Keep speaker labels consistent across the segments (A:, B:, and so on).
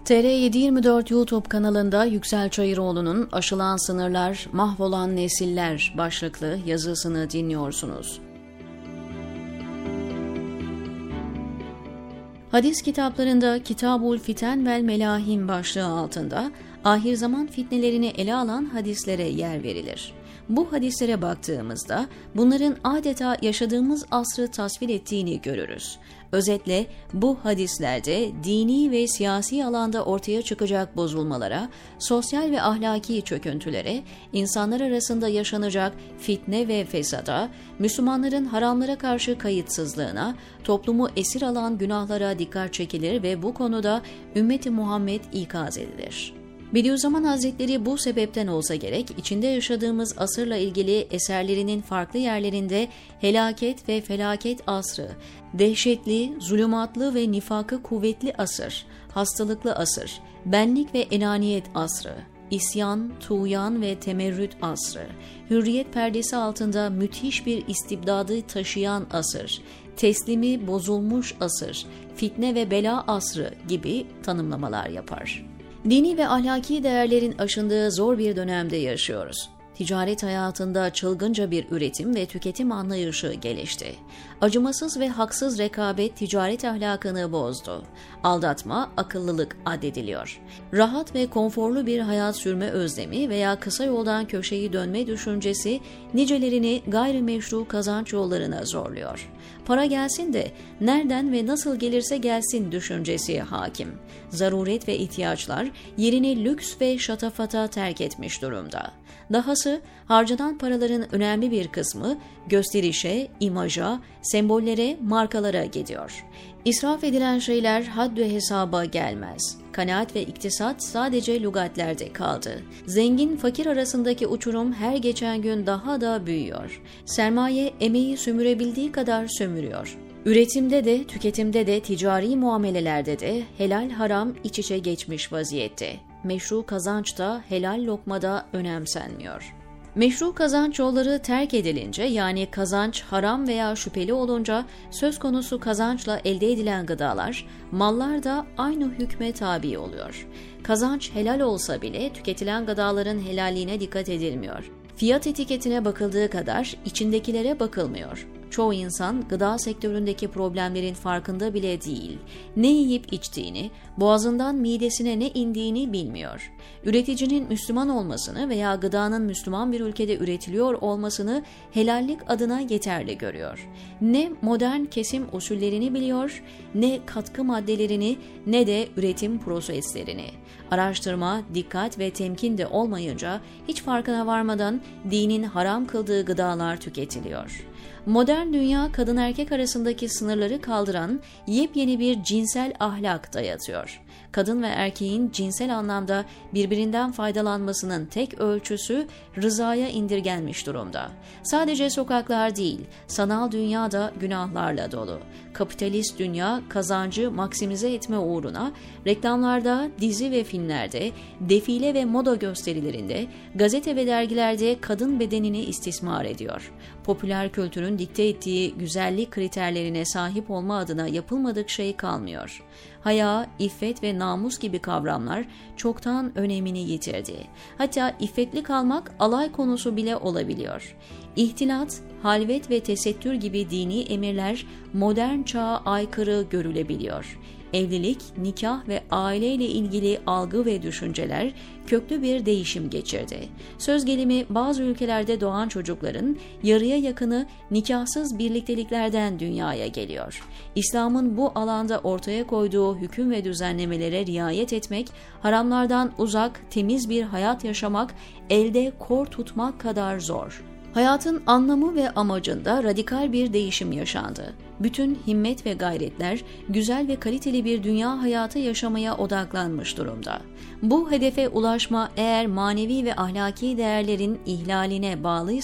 A: TR724 YouTube kanalında Yüksel Çayıroğlu'nun "Aşılan Sınırlar, Mahvolan Nesiller" başlıklı yazısını dinliyorsunuz. Hadis kitaplarında Kitabul Fiten vel Melahim başlığı altında ahir zaman fitnelerini ele alan hadislere yer verilir. Bu hadislere baktığımızda bunların adeta yaşadığımız asrı tasvir ettiğini görürüz. Özetle bu hadislerde dini ve siyasi alanda ortaya çıkacak bozulmalara, sosyal ve ahlaki çöküntülere, insanlar arasında yaşanacak fitne ve fesada, Müslümanların haramlara karşı kayıtsızlığına, toplumu esir alan günahlara dikkat çekilir ve bu konuda Ümmeti Muhammed ikaz edilir. Bediüzzaman Hazretleri bu sebepten olsa gerek içinde yaşadığımız asırla ilgili eserlerinin farklı yerlerinde helaket ve felaket asrı, dehşetli, zulümatlı ve nifakı kuvvetli asır, hastalıklı asır, benlik ve enaniyet asrı, isyan, tuğyan ve temerrüt asrı, hürriyet perdesi altında müthiş bir istibdadı taşıyan asır, teslimi bozulmuş asır, fitne ve bela asrı gibi tanımlamalar yapar. Dini ve ahlaki değerlerin aşındığı zor bir dönemde yaşıyoruz. Ticaret hayatında çılgınca bir üretim ve tüketim anlayışı gelişti. Acımasız ve haksız rekabet ticaret ahlakını bozdu. Aldatma akıllılık addediliyor. Rahat ve konforlu bir hayat sürme özlemi veya kısa yoldan köşeyi dönme düşüncesi nicelerini gayrimeşru kazanç yollarına zorluyor. Para gelsin de nereden ve nasıl gelirse gelsin düşüncesi hakim. Zaruret ve ihtiyaçlar yerini lüks ve şatafata terk etmiş durumda. Dahası harcanan paraların önemli bir kısmı gösterişe, imaja, sembollere, markalara gidiyor. İsraf edilen şeyler haddü hesaba gelmez. Kanaat ve iktisat sadece lügatlerde kaldı. Zengin fakir arasındaki uçurum her geçen gün daha da büyüyor. Sermaye emeği sömürebildiği kadar sömürüyor. Üretimde de, tüketimde de, ticari muamelelerde de helal haram iç içe geçmiş vaziyette. Meşru kazanç da helal lokmada önemsenmiyor. Meşru kazanç yolları terk edilince, yani kazanç haram veya şüpheli olunca söz konusu kazançla elde edilen gıdalar, mallar da aynı hükme tabi oluyor. Kazanç helal olsa bile tüketilen gıdaların helalliğine dikkat edilmiyor. Fiyat etiketine bakıldığı kadar içindekilere bakılmıyor. Çoğu insan gıda sektöründeki problemlerin farkında bile değil. Ne yiyip içtiğini, boğazından midesine ne indiğini bilmiyor. Üreticinin Müslüman olmasını veya gıdanın Müslüman bir ülkede üretiliyor olmasını helallik adına yeterli görüyor. Ne modern kesim usullerini biliyor, ne katkı maddelerini, ne de üretim proseslerini. Araştırma, dikkat ve temkin de olmayınca hiç farkına varmadan dinin haram kıldığı gıdalar tüketiliyor. Modern dünya kadın erkek arasındaki sınırları kaldıran yepyeni bir cinsel ahlak dayatıyor. Kadın ve erkeğin cinsel anlamda birbirinden faydalanmasının tek ölçüsü rızaya indirgenmiş durumda. Sadece sokaklar değil, sanal dünya da günahlarla dolu. Kapitalist dünya kazancı maksimize etme uğruna reklamlarda, dizi ve filmlerde, defile ve moda gösterilerinde, gazete ve dergilerde kadın bedenini istismar ediyor. Popüler kültürün dikte ettiği güzellik kriterlerine sahip olma adına yapılmadık şey kalmıyor. Haya, iffet ve namus gibi kavramlar çoktan önemini yitirdi. Hatta iffetli kalmak alay konusu bile olabiliyor. İhtilat, halvet ve tesettür gibi dini emirler modern çağa aykırı görülebiliyor. Evlilik, nikah ve aileyle ilgili algı ve düşünceler köklü bir değişim geçirdi. Söz gelimi bazı ülkelerde doğan çocukların yarıya yakını nikahsız birlikteliklerden dünyaya geliyor. İslam'ın bu alanda ortaya koyduğu hüküm ve düzenlemelere riayet etmek, haramlardan uzak, temiz bir hayat yaşamak, elde kor tutmak kadar zor. Hayatın anlamı ve amacında radikal bir değişim yaşandı. Bütün himmet ve gayretler güzel ve kaliteli bir dünya hayatı yaşamaya odaklanmış durumda. Bu hedefe ulaşma eğer manevi ve ahlaki değerlerin ihlaline bağlıysa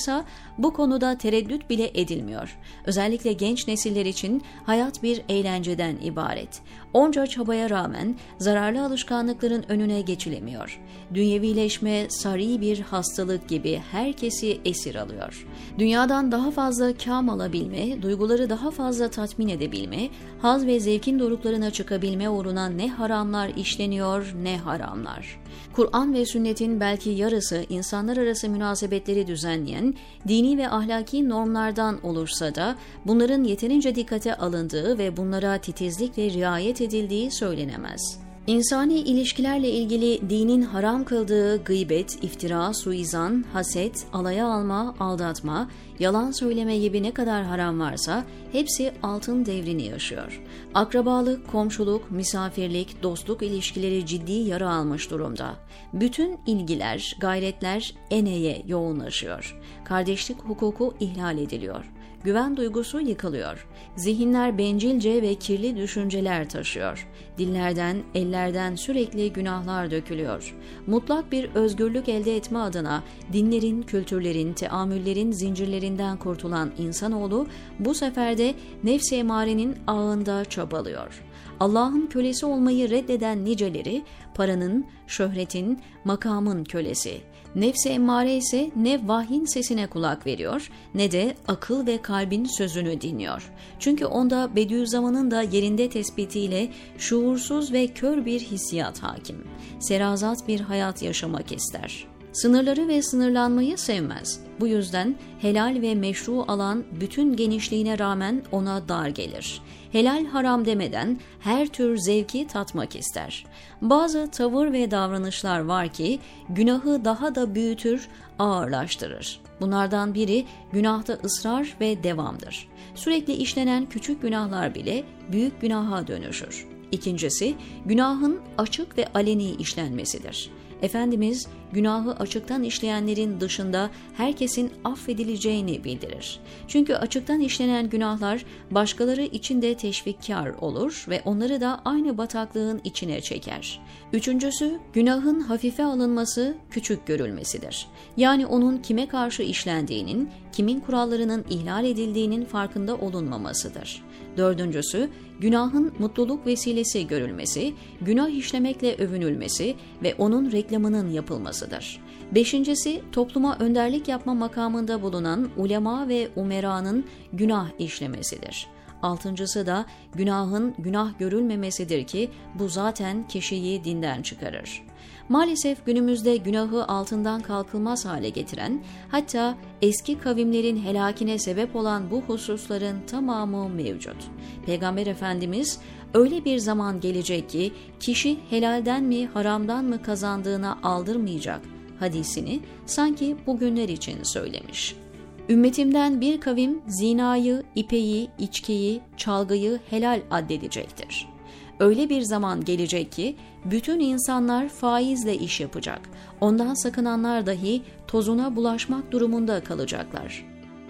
A: Bu konuda tereddüt bile edilmiyor. Özellikle genç nesiller için hayat bir eğlenceden ibaret. Onca çabaya rağmen zararlı alışkanlıkların önüne geçilemiyor. Dünyevileşme sarı bir hastalık gibi herkesi esir alıyor. Dünyadan daha fazla kâm alabilme, duyguları daha fazla tatmin edebilme, haz ve zevkin doruklarına çıkabilme uğruna ne haramlar işleniyor ne haramlar. Kur'an ve sünnetin belki yarısı insanlar arası münasebetleri düzenleyen dini ve ahlaki normlardan olursa da bunların yeterince dikkate alındığı ve bunlara titizlikle riayet edildiği söylenemez. İnsani ilişkilerle ilgili dinin haram kıldığı gıybet, iftira, suizan, haset, alaya alma, aldatma, yalan söyleme gibi ne kadar haram varsa hepsi altın devrini yaşıyor. Akrabalık, komşuluk, misafirlik, dostluk ilişkileri ciddi yara almış durumda. Bütün ilgiler, gayretler eneye yoğunlaşıyor. Kardeşlik hukuku ihlal ediliyor. Güven duygusu yıkılıyor. Zihinler bencilce ve kirli düşünceler taşıyor. Dillerden, ellerden sürekli günahlar dökülüyor. Mutlak bir özgürlük elde etme adına dinlerin, kültürlerin, teamüllerin zincirlerinden kurtulan insanoğlu bu sefer de nefs-i emarenin ağında çabalıyor. Allah'ın kölesi olmayı reddeden niceleri paranın, şöhretin, makamın kölesi. Nefs-i emmare ise ne vahyin sesine kulak veriyor ne de akıl ve kalbin sözünü dinliyor. Çünkü onda Bediüzzaman'ın da yerinde tespitiyle şuursuz ve kör bir hissiyat hakim. Serazat bir hayat yaşamak ister. Sınırları ve sınırlanmayı sevmez. Bu yüzden helal ve meşru alan bütün genişliğine rağmen ona dar gelir. Helal haram demeden her tür zevki tatmak ister. Bazı tavır ve davranışlar var ki günahı daha da büyütür, ağırlaştırır. Bunlardan biri günahta ısrar ve devamdır. Sürekli işlenen küçük günahlar bile büyük günaha dönüşür. İkincisi, günahın açık ve aleni işlenmesidir. Efendimiz günahı açıktan işleyenlerin dışında herkesin affedileceğini bildirir. Çünkü açıktan işlenen günahlar başkaları için de teşvikkar olur ve onları da aynı bataklığın içine çeker. Üçüncüsü, günahın hafife alınması, küçük görülmesidir. Yani onun kime karşı işlendiğinin, kimin kurallarının ihlal edildiğinin farkında olunmamasıdır. Dördüncüsü, günahın mutluluk vesilesi görülmesi, günah işlemekle övünülmesi ve onun reklamının yapılmasıdır. Beşincisi, topluma önderlik yapma makamında bulunan ulema ve umeranın günah işlemesidir. Altıncısı da günahın günah görülmemesidir ki bu zaten kişiyi dinden çıkarır. Maalesef günümüzde günahı altından kalkılmaz hale getiren, hatta eski kavimlerin helakine sebep olan bu hususların tamamı mevcut. Peygamber Efendimiz, öyle bir zaman gelecek ki kişi helalden mi haramdan mı kazandığına aldırmayacak hadisini sanki bugünler için söylemiş. Ümmetimden bir kavim zinayı, ipeyi, içkiyi, çalgıyı helal addedecektir. Öyle bir zaman gelecek ki bütün insanlar faizle iş yapacak. Ondan sakınanlar dahi tozuna bulaşmak durumunda kalacaklar.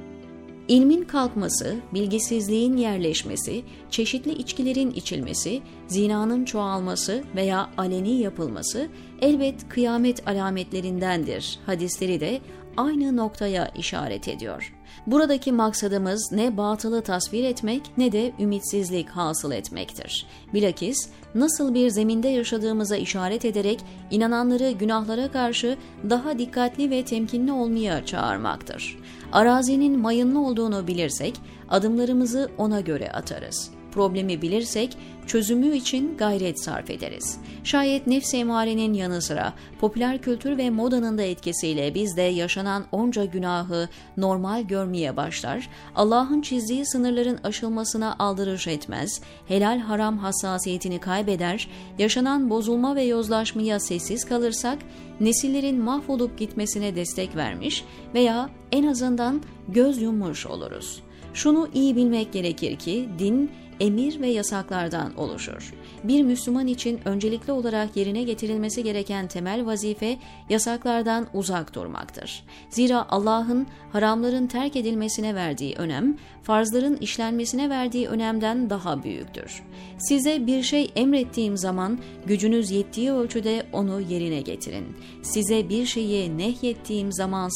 A: İlmin kalkması, bilgisizliğin yerleşmesi, çeşitli içkilerin içilmesi, zinanın çoğalması veya aleni yapılması elbet kıyamet alametlerindendir. Hadisleri de aynı noktaya işaret ediyor. Buradaki maksadımız ne batılı tasvir etmek ne de ümitsizlik hasıl etmektir. Bilakis nasıl bir zeminde yaşadığımıza işaret ederek inananları günahlara karşı daha dikkatli ve temkinli olmaya çağırmaktır. Arazinin mayınlı olduğunu bilirsek adımlarımızı ona göre atarız. Problemi bilirsek çözümü için gayret sarf ederiz. Şayet nefs-i emarenin yanı sıra popüler kültür ve modanın da etkisiyle biz de yaşanan onca günahı normal görmeye başlar, Allah'ın çizdiği sınırların aşılmasına aldırış etmez, helal haram hassasiyetini kaybeder, yaşanan bozulma ve yozlaşmaya sessiz kalırsak, nesillerin mahvolup gitmesine destek vermiş veya en azından göz yummuş oluruz. Şunu iyi bilmek gerekir ki din emir ve yasaklardan oluşur. Bir Müslüman için öncelikli olarak yerine getirilmesi gereken temel vazife yasaklardan uzak durmaktır. Zira Allah'ın haramların terk edilmesine verdiği önem, farzların işlenmesine verdiği önemden daha büyüktür. Size bir şey emrettiğim zaman gücünüz yettiği ölçüde onu yerine getirin. Size bir şeyi nehyettiğim zamansa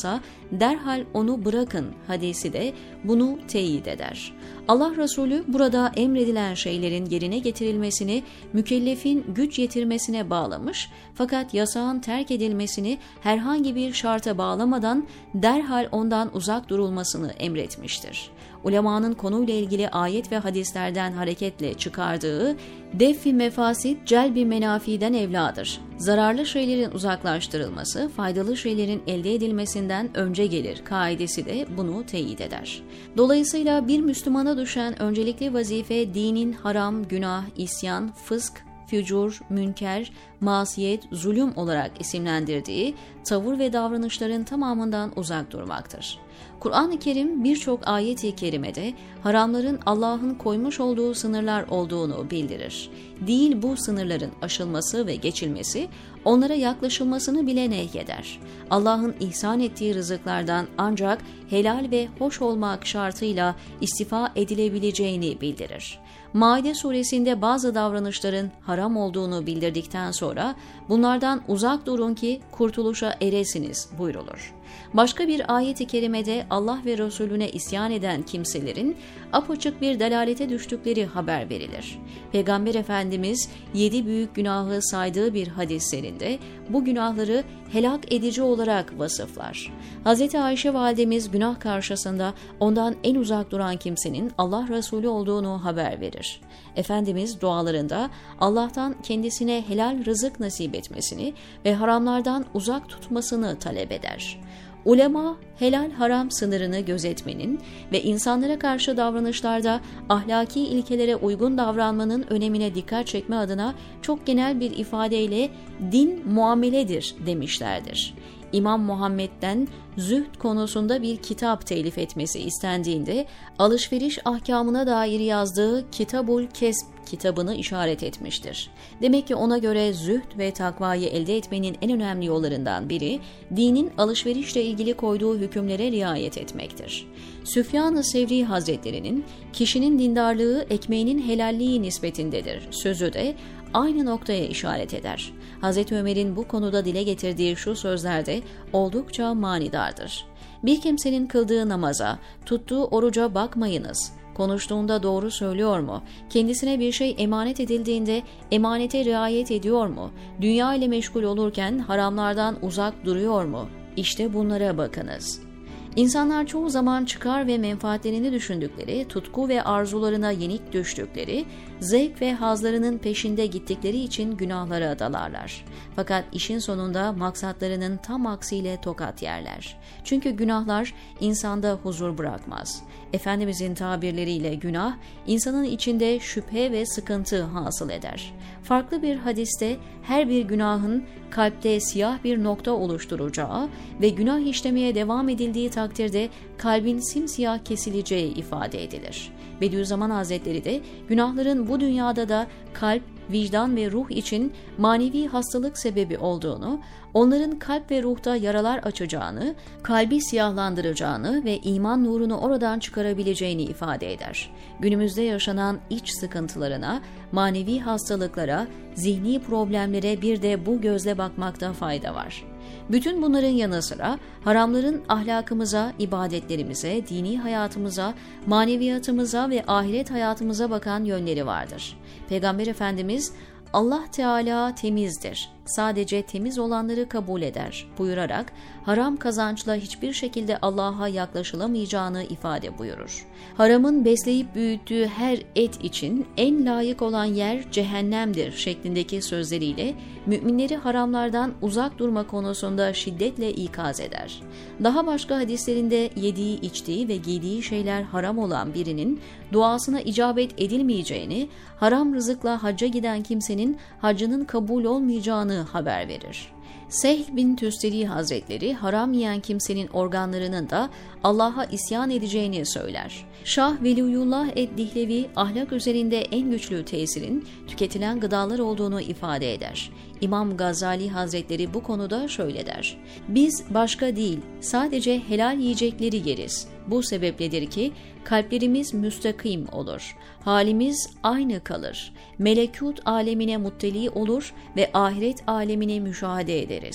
A: derhal onu bırakın hadisi de bunu teyit eder. Allah Resulü burada emredilen şeylerin yerine getirilmesini mükellefin güç yetirmesine bağlamış, fakat yasağın terk edilmesini herhangi bir şarta bağlamadan derhal ondan uzak durulmasını emretmiştir. Ulemanın konuyla ilgili ayet ve hadislerden hareketle çıkardığı def-i mefasit celb-i menafiden evladır. Zararlı şeylerin uzaklaştırılması, faydalı şeylerin elde edilmesinden önce gelir kaidesi de bunu teyit eder. Dolayısıyla bir Müslümana düşen öncelikli vazife dinin haram, günah, isyan, fısk, fücur, münker, masiyet, zulüm olarak isimlendirdiği tavır ve davranışların tamamından uzak durmaktır. Kur'an-ı Kerim birçok ayet-i kerimede haramların Allah'ın koymuş olduğu sınırlar olduğunu bildirir. Değil bu sınırların aşılması ve geçilmesi, onlara yaklaşılmasını bile nehyeder. Allah'ın ihsan ettiği rızıklardan ancak helal ve hoş olmak şartıyla istifa edilebileceğini bildirir. Maide suresinde bazı davranışların haram olduğunu bildirdikten sonra bunlardan uzak durun ki kurtuluşa eresiniz buyrulur. Başka bir ayet-i kerimede Allah ve Resulüne isyan eden kimselerin apaçık bir delalete düştükleri haber verilir. Peygamber Efendimiz 7 büyük günahı saydığı bir hadislerinde bu günahları helak edici olarak vasıflar. Hz. Ayşe validemiz günah karşısında ondan en uzak duran kimsenin Allah Resulü olduğunu haber verir. Efendimiz dualarında Allah'tan kendisine helal rızık nasip etmesini ve haramlardan uzak tutmasını talep eder. Ulema, helal haram sınırını gözetmenin ve insanlara karşı davranışlarda ahlaki ilkelere uygun davranmanın önemine dikkat çekme adına çok genel bir ifadeyle din muameledir demişlerdir. İmam Muhammed'den zühd konusunda bir kitap telif etmesi istendiğinde alışveriş ahkamına dair yazdığı Kitabul Kesb kitabını işaret etmiştir. Demek ki ona göre zühd ve takvayı elde etmenin en önemli yollarından biri dinin alışverişle ilgili koyduğu hükümlere riayet etmektir. Süfyan-ı Sevri Hazretleri'nin kişinin dindarlığı ekmeğinin helalliği nispetindedir sözü de aynı noktaya işaret eder. Hz. Ömer'in bu konuda dile getirdiği şu sözlerde oldukça manidardır. Bir kimsenin kıldığı namaza, tuttuğu oruca bakmayınız. Konuştuğunda doğru söylüyor mu? Kendisine bir şey emanet edildiğinde emanete riayet ediyor mu? Dünya ile meşgul olurken haramlardan uzak duruyor mu? İşte bunlara bakınız. İnsanlar çoğu zaman çıkar ve menfaatlerini düşündükleri, tutku ve arzularına yenik düştükleri, zevk ve hazlarının peşinde gittikleri için günahlara dalarlar. Fakat işin sonunda maksatlarının tam aksiyle tokat yerler. Çünkü günahlar insanda huzur bırakmaz. Efendimizin tabirleriyle günah, insanın içinde şüphe ve sıkıntı hasıl eder. Farklı bir hadiste her bir günahın kalpte siyah bir nokta oluşturacağı ve günah işlemeye devam edildiği takdirde kalbin simsiyah kesileceği ifade edilir. Bediüzzaman Hazretleri de günahların bu dünyada da kalp, vicdan ve ruh için manevi hastalık sebebi olduğunu, onların kalp ve ruhta yaralar açacağını, kalbi siyahlandıracağını ve iman nurunu oradan çıkarabileceğini ifade eder. Günümüzde yaşanan iç sıkıntılarına, manevi hastalıklara, zihni problemlere bir de bu gözle bakmakta fayda var. Bütün bunların yanı sıra haramların ahlakımıza, ibadetlerimize, dini hayatımıza, maneviyatımıza ve ahiret hayatımıza bakan yönleri vardır. Peygamber Efendimiz, Allah Teala temizdir, sadece temiz olanları kabul eder buyurarak haram kazançla hiçbir şekilde Allah'a yaklaşılamayacağını ifade buyurur. Haramın besleyip büyüttüğü her et için en layık olan yer cehennemdir şeklindeki sözleriyle müminleri haramlardan uzak durma konusunda şiddetle ikaz eder. Daha başka hadislerinde yediği, içtiği ve giydiği şeyler haram olan birinin duasına icabet edilmeyeceğini, haram rızıkla hacca giden kimsenin haccının kabul olmayacağını haber verir. Sehl bin Tüsteri Hazretleri haram yiyen kimsenin organlarının da Allah'a isyan edeceğini söyler. Şah Veliyullah ed-Dihlevi ahlak üzerinde en güçlü tesirin tüketilen gıdalar olduğunu ifade eder. İmam Gazali Hazretleri bu konuda şöyle der: "Biz başka değil, sadece helal yiyecekleri yeriz. Bu sebepledir ki kalplerimiz müstakim olur, halimiz aynı kalır, melekut alemine muttali olur ve ahiret alemine müşahede ederiz."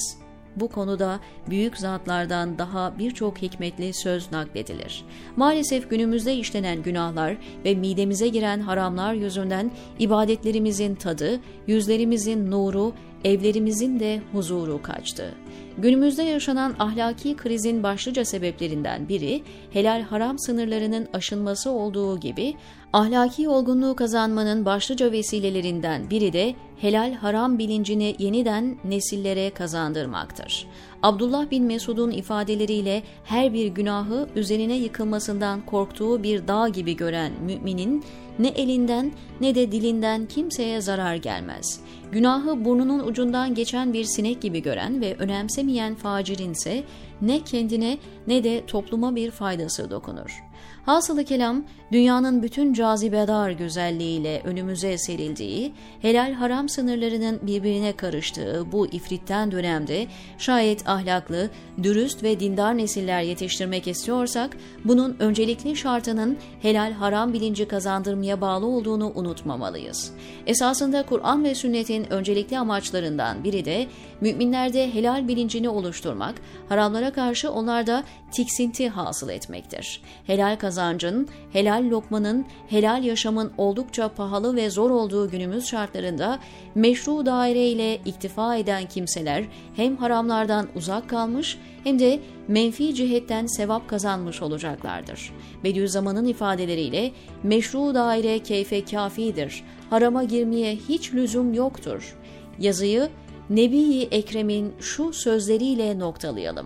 A: Bu konuda büyük zatlardan daha birçok hikmetli söz nakledilir. Maalesef günümüzde işlenen günahlar ve midemize giren haramlar yüzünden ibadetlerimizin tadı, yüzlerimizin nuru, evlerimizin de huzuru kaçtı. Günümüzde yaşanan ahlaki krizin başlıca sebeplerinden biri helal haram sınırlarının aşılması olduğu gibi ahlaki olgunluğu kazanmanın başlıca vesilelerinden biri de helal haram bilincini yeniden nesillere kazandırmaktır. Abdullah bin Mesud'un ifadeleriyle her bir günahı üzerine yıkılmasından korktuğu bir dağ gibi gören müminin ne elinden ne de dilinden kimseye zarar gelmez. Günahı burnunun ucundan geçen bir sinek gibi gören ve önemsemeyen facirin ise ne kendine ne de topluma bir faydası dokunur. Hasılı kelam, dünyanın bütün cazibedar güzelliğiyle önümüze serildiği, helal haram sınırlarının birbirine karıştığı bu ifritten dönemde şayet ahlaklı, dürüst ve dindar nesiller yetiştirmek istiyorsak, bunun öncelikli şartının helal haram bilinci kazandırmaya bağlı olduğunu unutmamalıyız. Esasında Kur'an ve sünnetin öncelikli amaçlarından biri de müminlerde helal bilincini oluşturmak, haramlara karşı onlarda tiksinti hasıl etmektir. Helal kazancın, helal lokmanın, helal yaşamın oldukça pahalı ve zor olduğu günümüz şartlarında meşru daireyle iktifa eden kimseler hem haramlardan uzak kalmış hem de menfi cihetten sevap kazanmış olacaklardır. Bediüzzaman'ın ifadeleriyle meşru daire keyfe kafidir, harama girmeye hiç lüzum yoktur. Yazıyı Nebi-i Ekrem'in şu sözleriyle noktalayalım.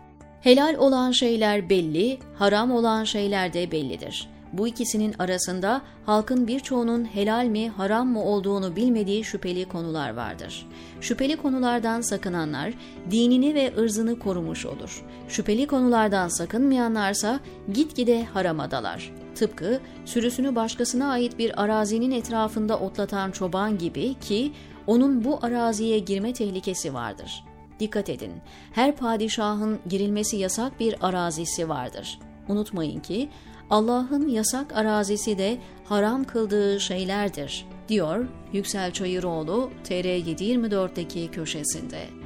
A: Helal olan şeyler belli, haram olan şeyler de bellidir. Bu ikisinin arasında halkın birçoğunun helal mi, haram mı olduğunu bilmediği şüpheli konular vardır. Şüpheli konulardan sakınanlar dinini ve ırzını korumuş olur. Şüpheli konulardan sakınmayanlarsa gitgide harama dalar. Tıpkı sürüsünü başkasına ait bir arazinin etrafında otlatan çoban gibi ki onun bu araziye girme tehlikesi vardır. Dikkat edin, her padişahın girilmesi yasak bir arazisi vardır. Unutmayın ki Allah'ın yasak arazisi de haram kıldığı şeylerdir, diyor Yüksel Çayıroğlu TR724'deki köşesinde.